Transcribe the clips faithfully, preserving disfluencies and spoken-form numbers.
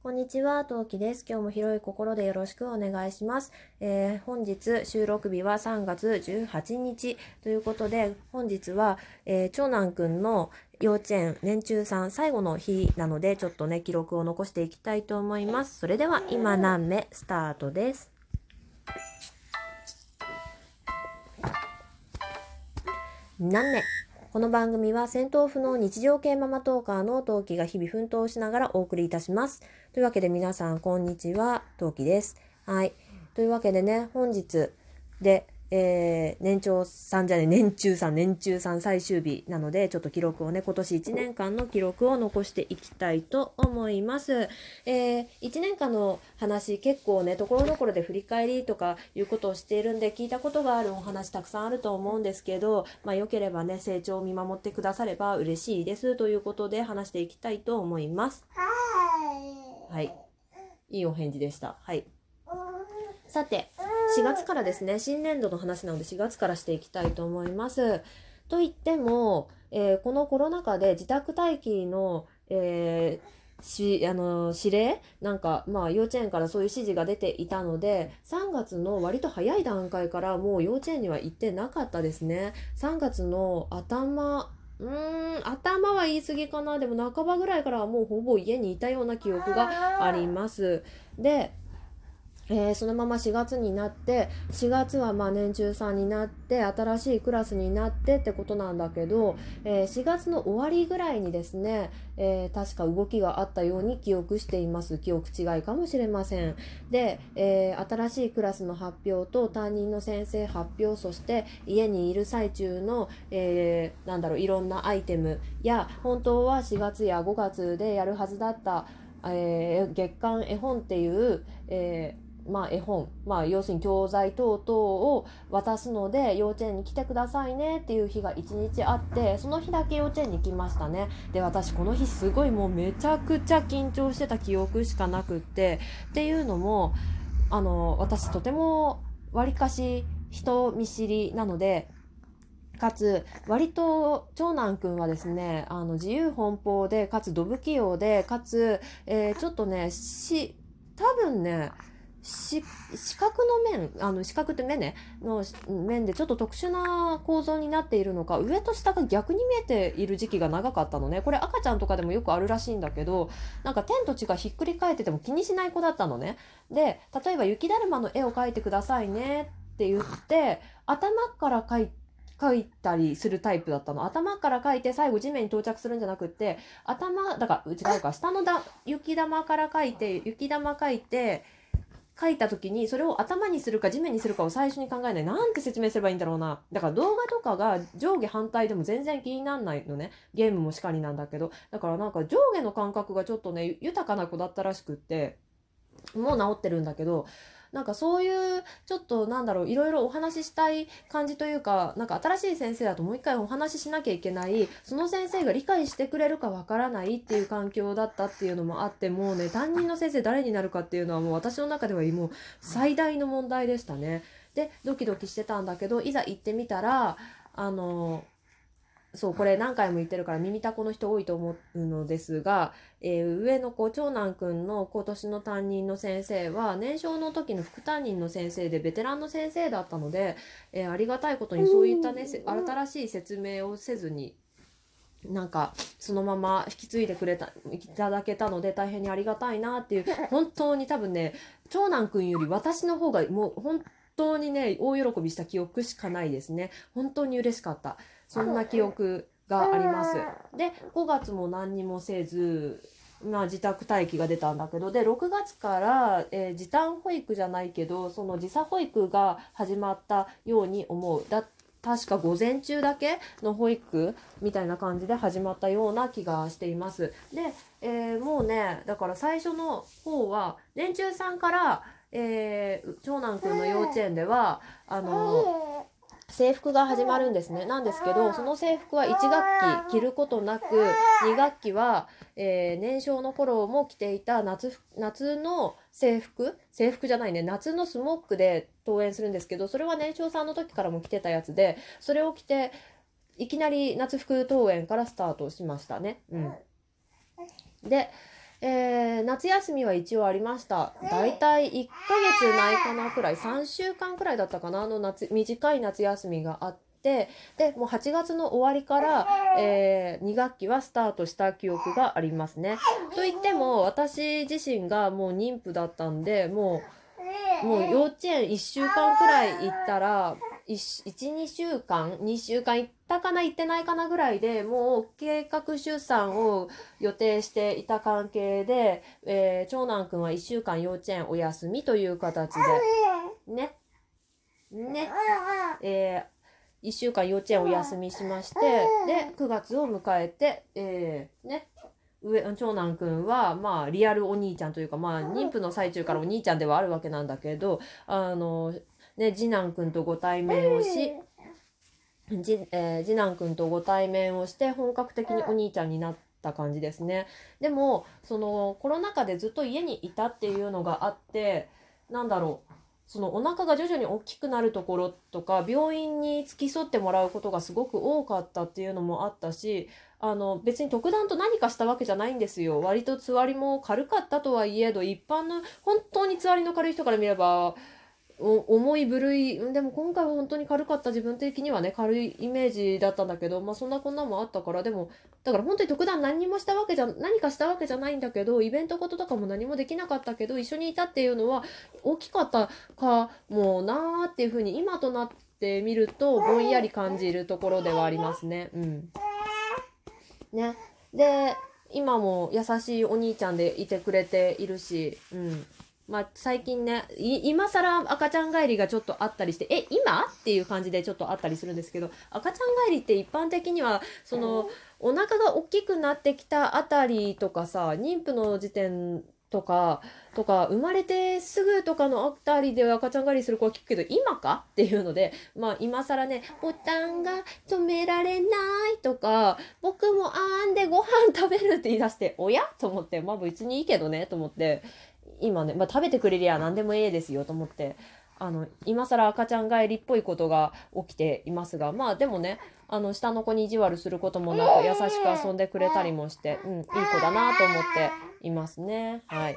こんにちは、トウキです。今日も広い心でよろしくお願いします。えー、本日収録日はさんがつじゅうはちにちということで、本日は、えー、長男くんの幼稚園年中さん最後の日なので、ちょっとね、記録を残していきたいと思います。それでは、今何目スタートです。何目この番組は戦闘不能日常系ママトーカーのトウキが日々奮闘しながらお送りいたします。というわけで皆さんこんにちは、トウキです。はい。というわけでね、本日で、えー、年長さんじゃね、年中さん、年中さん最終日なので、ちょっと記録をね、今年いちねんかんの記録を残していきたいと思います。えー、いちねんかんの話、結構ね、ところどころで振り返りとかいうことをしているんで、聞いたことがあるお話たくさんあると思うんですけど、まあ、よければね、成長を見守ってくだされば嬉しいですということで話していきたいと思います。はい。いいお返事でした。はい。さて、しがつからですね、新年度の話なのでしがつからしていきたいと思います。といっても、えー、このコロナ禍で自宅待機の、えー、しあの指令なんか、まあ、幼稚園からそういう指示が出ていたので、さんがつの割と早い段階からもう幼稚園には行ってなかったですね。さんがつの頭うーん頭は言い過ぎかな。でも半ばぐらいからはもうほぼ家にいたような記憶があります。でえー、そのまましがつになってしがつはまあ年中さんになって新しいクラスになってってことなんだけど、えー、しがつの終わりぐらいにですね、えー、確か動きがあったように記憶しています。記憶違いかもしれません。で、えー、新しいクラスの発表と担任の先生発表、そして家にいる最中の、えー、なんだろういろんなアイテムや本当はしがつやごがつでやるはずだった、えー、月刊絵本っていう、えーまあ、絵本、まあ、要するに教材等々を渡すので幼稚園に来てくださいねっていう日がいちにちあって、その日だけ幼稚園に来ましたね。で、私この日すごいもうめちゃくちゃ緊張してた記憶しかなくって、っていうのもあの私とてもわりかし人見知りなので、かつ割と長男くんはですね、あの自由奔放で、かつど不器用で、かつ、えー、ちょっとねし多分ねし四角の面、あの四角って目ねの面でちょっと特殊な構造になっているのか、上と下が逆に見えている時期が長かったのね。これ赤ちゃんとかでもよくあるらしいんだけど、なんか天と地がひっくり返ってても気にしない子だったのね。で、例えば雪だるまの絵を描いてくださいねって言って頭から描いて書いたりするタイプだったの。頭から書いて最後地面に到着するんじゃなくって、頭だから違うか、下のだ雪玉から書いて雪玉書いて書いた時に、それを頭にするか地面にするかを最初に考えない。なんて説明すればいいんだろうな。だから動画とかが上下反対でも全然気にならないのね。ゲームもしかりなんだけど、だからなんか上下の感覚がちょっとね豊かな子だったらしくって、もう治ってるんだけど、なんかそういうちょっとなんだろういろいろお話ししたい感じというか、なんか新しい先生だともう一回お話ししなきゃいけない、その先生が理解してくれるかわからないっていう環境だったっていうのもあって、もうね担任の先生誰になるかっていうのはもう私の中ではもう最大の問題でしたね。でドキドキしてたんだけど、いざ行ってみたら、あのそうこれ何回も言ってるから耳たこの人多いと思うのですが、えー、上の子長男くんの今年の担任の先生は年少の時の副担任の先生でベテランの先生だったので、えー、ありがたいことにそういったね新しい説明をせずになんかそのまま引き継いでくれたいただけたので大変にありがたいなっていう、本当に多分ね長男くんより私の方がもう本当にね大喜びした記憶しかないですね。本当に嬉しかった、そんな記憶があります。でごがつも何にもせず、まあ、自宅待機が出たんだけど、でろくがつから、えー、時短保育じゃないけどその時差保育が始まったように思う。だ確か午前中だけの保育みたいな感じで始まったような気がしています。で、えー、もうねだから最初の方は年中さんから、えー、長男くんの幼稚園ではあの制服が始まるんですね。なんですけど、その制服はいち学期着ることなく、に学期は、えー、年少の頃も着ていた 夏, 夏の制服制服じゃないね夏のスモックで登園するんですけど、それは年少さんの時からも着てたやつで、それを着ていきなり夏服登園からスタートしましたね。うん、でえー、夏休みは一応ありました。だいたいいっかげつないかなくらい、さんしゅうかんくらいだったかな、あの夏、短い夏休みがあって、で、もうはちがつの終わりから、えー、に学期はスタートした記憶がありますね。といっても、私自身がもう妊婦だったんで、もう、もう幼稚園いっしゅうかんくらい行ったら、いち、にしゅうかん ?に 週間行ったかな行ってないかなぐらいでもう計画出産を予定していた関係で、えー長男くんはいっしゅうかん幼稚園お休みという形で、ね、ね、えー、いっしゅうかん幼稚園お休みしまして、で、くがつを迎えて、えー、ね、上長男くんはまあリアルお兄ちゃんというか、まあ妊婦の最中からお兄ちゃんではあるわけなんだけど、あのね、次男くんとご対面をし、じ、えー次男くんとご対面をして本格的にお兄ちゃんになった感じですね。でもそのコロナ禍でずっと家にいたっていうのがあって、なんだろう、そのお腹が徐々に大きくなるところとか病院に付き添ってもらうことがすごく多かったっていうのもあったし、あの別に特段と何かしたわけじゃないんですよ。割とつわりも軽かったとはいえど、一般の本当につわりの軽い人から見ればお重い部類、うんでも今回は本当に軽かった、自分的にはね軽いイメージだったんだけど、まあそんなこんなもあったから、でもだから本当に特段何もしたわけじゃ何かしたわけじゃないんだけど、イベントこととかも何もできなかったけど一緒にいたっていうのは大きかったかもなーっていうふうに今となってみるとぼんやり感じるところではありますね。うんね。で、今も優しいお兄ちゃんでいてくれているし、うん。まあ、最近ね、い今更赤ちゃん帰りがちょっとあったりして、え、今っていう感じでちょっとあったりするんですけど、赤ちゃん帰りって一般的には、その、お腹が大きくなってきたあたりとかさ、妊婦の時点とか、とか、生まれてすぐとかのあたりで赤ちゃん帰りする子は聞くけど、今かっていうので、まあ今更ね、ボタンが止められないとか、僕もあーんでご飯食べるって言い出して、おやと思って、まあ別にいいけどねと思って、今ね、まあ食べてくれりゃ何でもええですよと思って、あの、今更赤ちゃん帰りっぽいことが起きていますが、まあでもね、あの、下の子に意地悪することもなく優しく遊んでくれたりもして、うん、いい子だなと思っていますね。はい。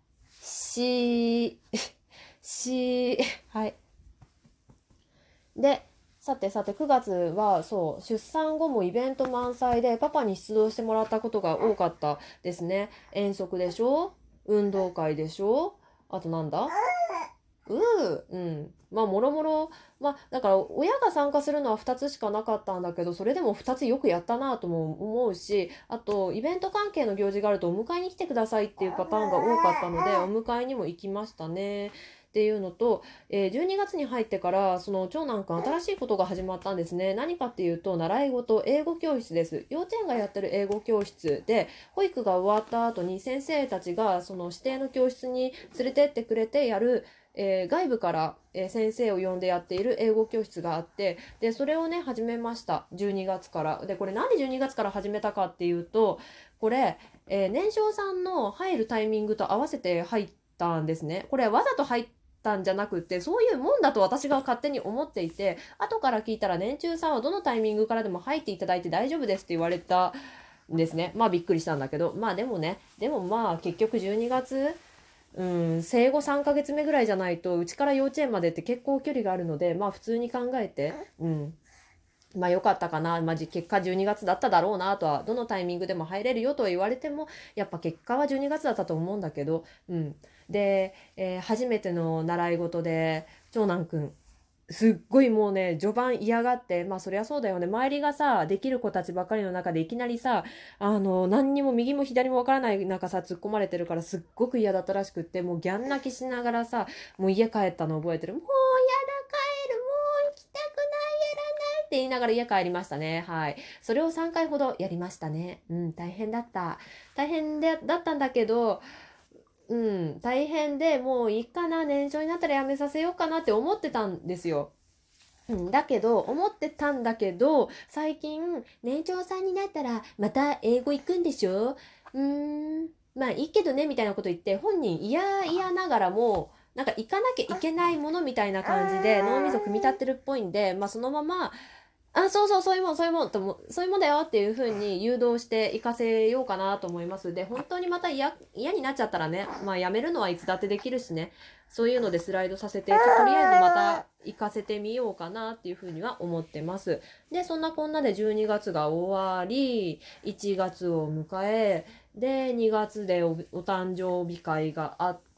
し、し、はい。で、さてさてくがつはそう出産後もイベント満載でパパに出動してもらったことが多かったですね。遠足でしょ、運動会でしょ、あとなんだ、うー、うん。まあ、もろもろ、まあ、だから、親が参加するのはふたつしかなかったんだけど、それでもふたつよくやったなとも思うし、あと、イベント関係の行事があると、お迎えに来てくださいっていうパターンが多かったので、お迎えにも行きましたね。っていうのと、えーじゅうにがつに入ってから、その長男くん新しいことが始まったんですね。何かっていうと、習い事、英語教室です。幼稚園がやってる英語教室で、保育が終わった後に先生たちが、その指定の教室に連れてってくれてやる、えー外部から、えー先生を呼んでやっている英語教室があって、でそれをね始めました。じゅうにがつから。でこれなんでじゅうにがつから始めたかっていうと、これ、えー年少さんの入るタイミングと合わせて入ったんですね。これわざと入ったんじゃなくって、そういうもんだと私が勝手に思っていて、後から聞いたら年中さんはどのタイミングからでも入っていただいて大丈夫ですって言われたんですね。まあびっくりしたんだけど、まあでもね、でもまあ結局じゅうにがつ、うん、生後さんかげつめぐらいじゃないとうちから幼稚園までって結構距離があるので、まあ普通に考えて、うん、まあ良かったかな、まあ、結果じゅうにがつだっただろうなとは、どのタイミングでも入れるよとは言われてもやっぱ結果はじゅうにがつだったと思うんだけど、うん、で、えー初めての習い事で長男くんすっごいもうね序盤嫌がって、まあそりゃそうだよね、周りがさできる子たちばっかりの中でいきなりさ、あの何にも右も左もわからない中さ突っ込まれてるから、すっごく嫌だったらしくって、もうギャン泣きしながらさ、もう家帰ったの覚えてる。もうやだ帰る、もう行きたくない、やらないって言いながら家帰りましたね。はい。それをさんかいほどやりましたね。うん、大変だった。大変でだったんだけど、うん、大変でもういいかな、年長になったらやめさせようかなって思ってたんですよ。うん、だけど思ってたんだけど、最近年長さんになったらまた英語行くんでしょ、うーん、まあいいけどねみたいなこと言って、本人嫌々ながらもなんか行かなきゃいけないものみたいな感じで脳みそ組み立ってるっぽいんで、まあそのままあ、そうそう、そういうもん、そういうもんとも、そういうもんだよっていう風に誘導していかせようかなと思います。で、本当にまた嫌、嫌になっちゃったらね、まあやめるのはいつだってできるしね、そういうのでスライドさせて、ちょとりあえずまた行かせてみようかなっていう風には思ってます。で、そんなこんなでじゅうにがつが終わり、いちがつを迎え、で、にがつでお、お誕生日会があって、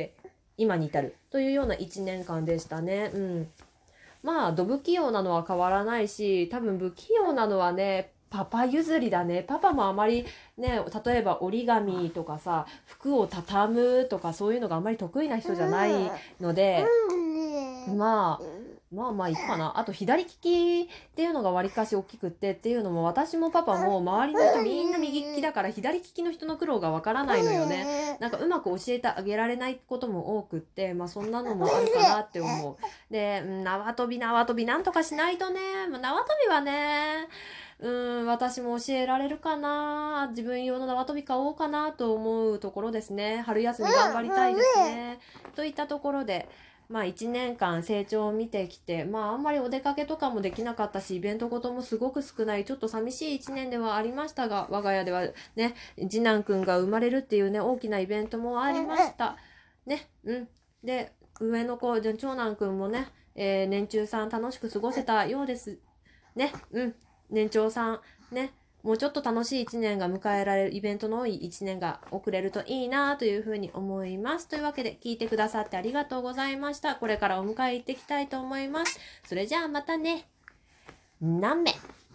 今に至るというようないちねんかんでしたね。うん。まあ、ど不器用なのは変わらないし、多分不器用なのはね、パパ譲りだね。パパもあまりね、例えば折り紙とかさ、服を畳むとかそういうのがあまり得意な人じゃないので、まあ、まあまあいいかな。あと左利きっていうのがわりかし大きくってっていうのも私もパパも周りの人みんな右利きだから左利きの人の苦労がわからないのよね。なんかうまく教えてあげられないことも多くって、まあそんなのもあるかなって思う。で、うん縄跳び縄跳びなんとかしないとね、まあ縄跳びはね、うん、私も教えられるかな。自分用の縄跳び買おうかなと思うところですね。春休み頑張りたいですね。といったところで、まあいちねんかん成長を見てきて、まああんまりお出かけとかもできなかったし、イベントごともすごく少ない、ちょっと寂しいいちねんではありましたが、我が家ではね、次男くんが生まれるっていうね、大きなイベントもありました。ね、うん。で、上の子、じゃ長男くんもね、えー年中さん楽しく過ごせたようです。ね、うん。年長さん、ね、もうちょっと楽しいいちねんが迎えられるイベントの多いいちねんが遅れるといいなというふうに思います。というわけで聞いてくださってありがとうございました。これからお迎え行ってきたいと思います。それじゃあまたね。何名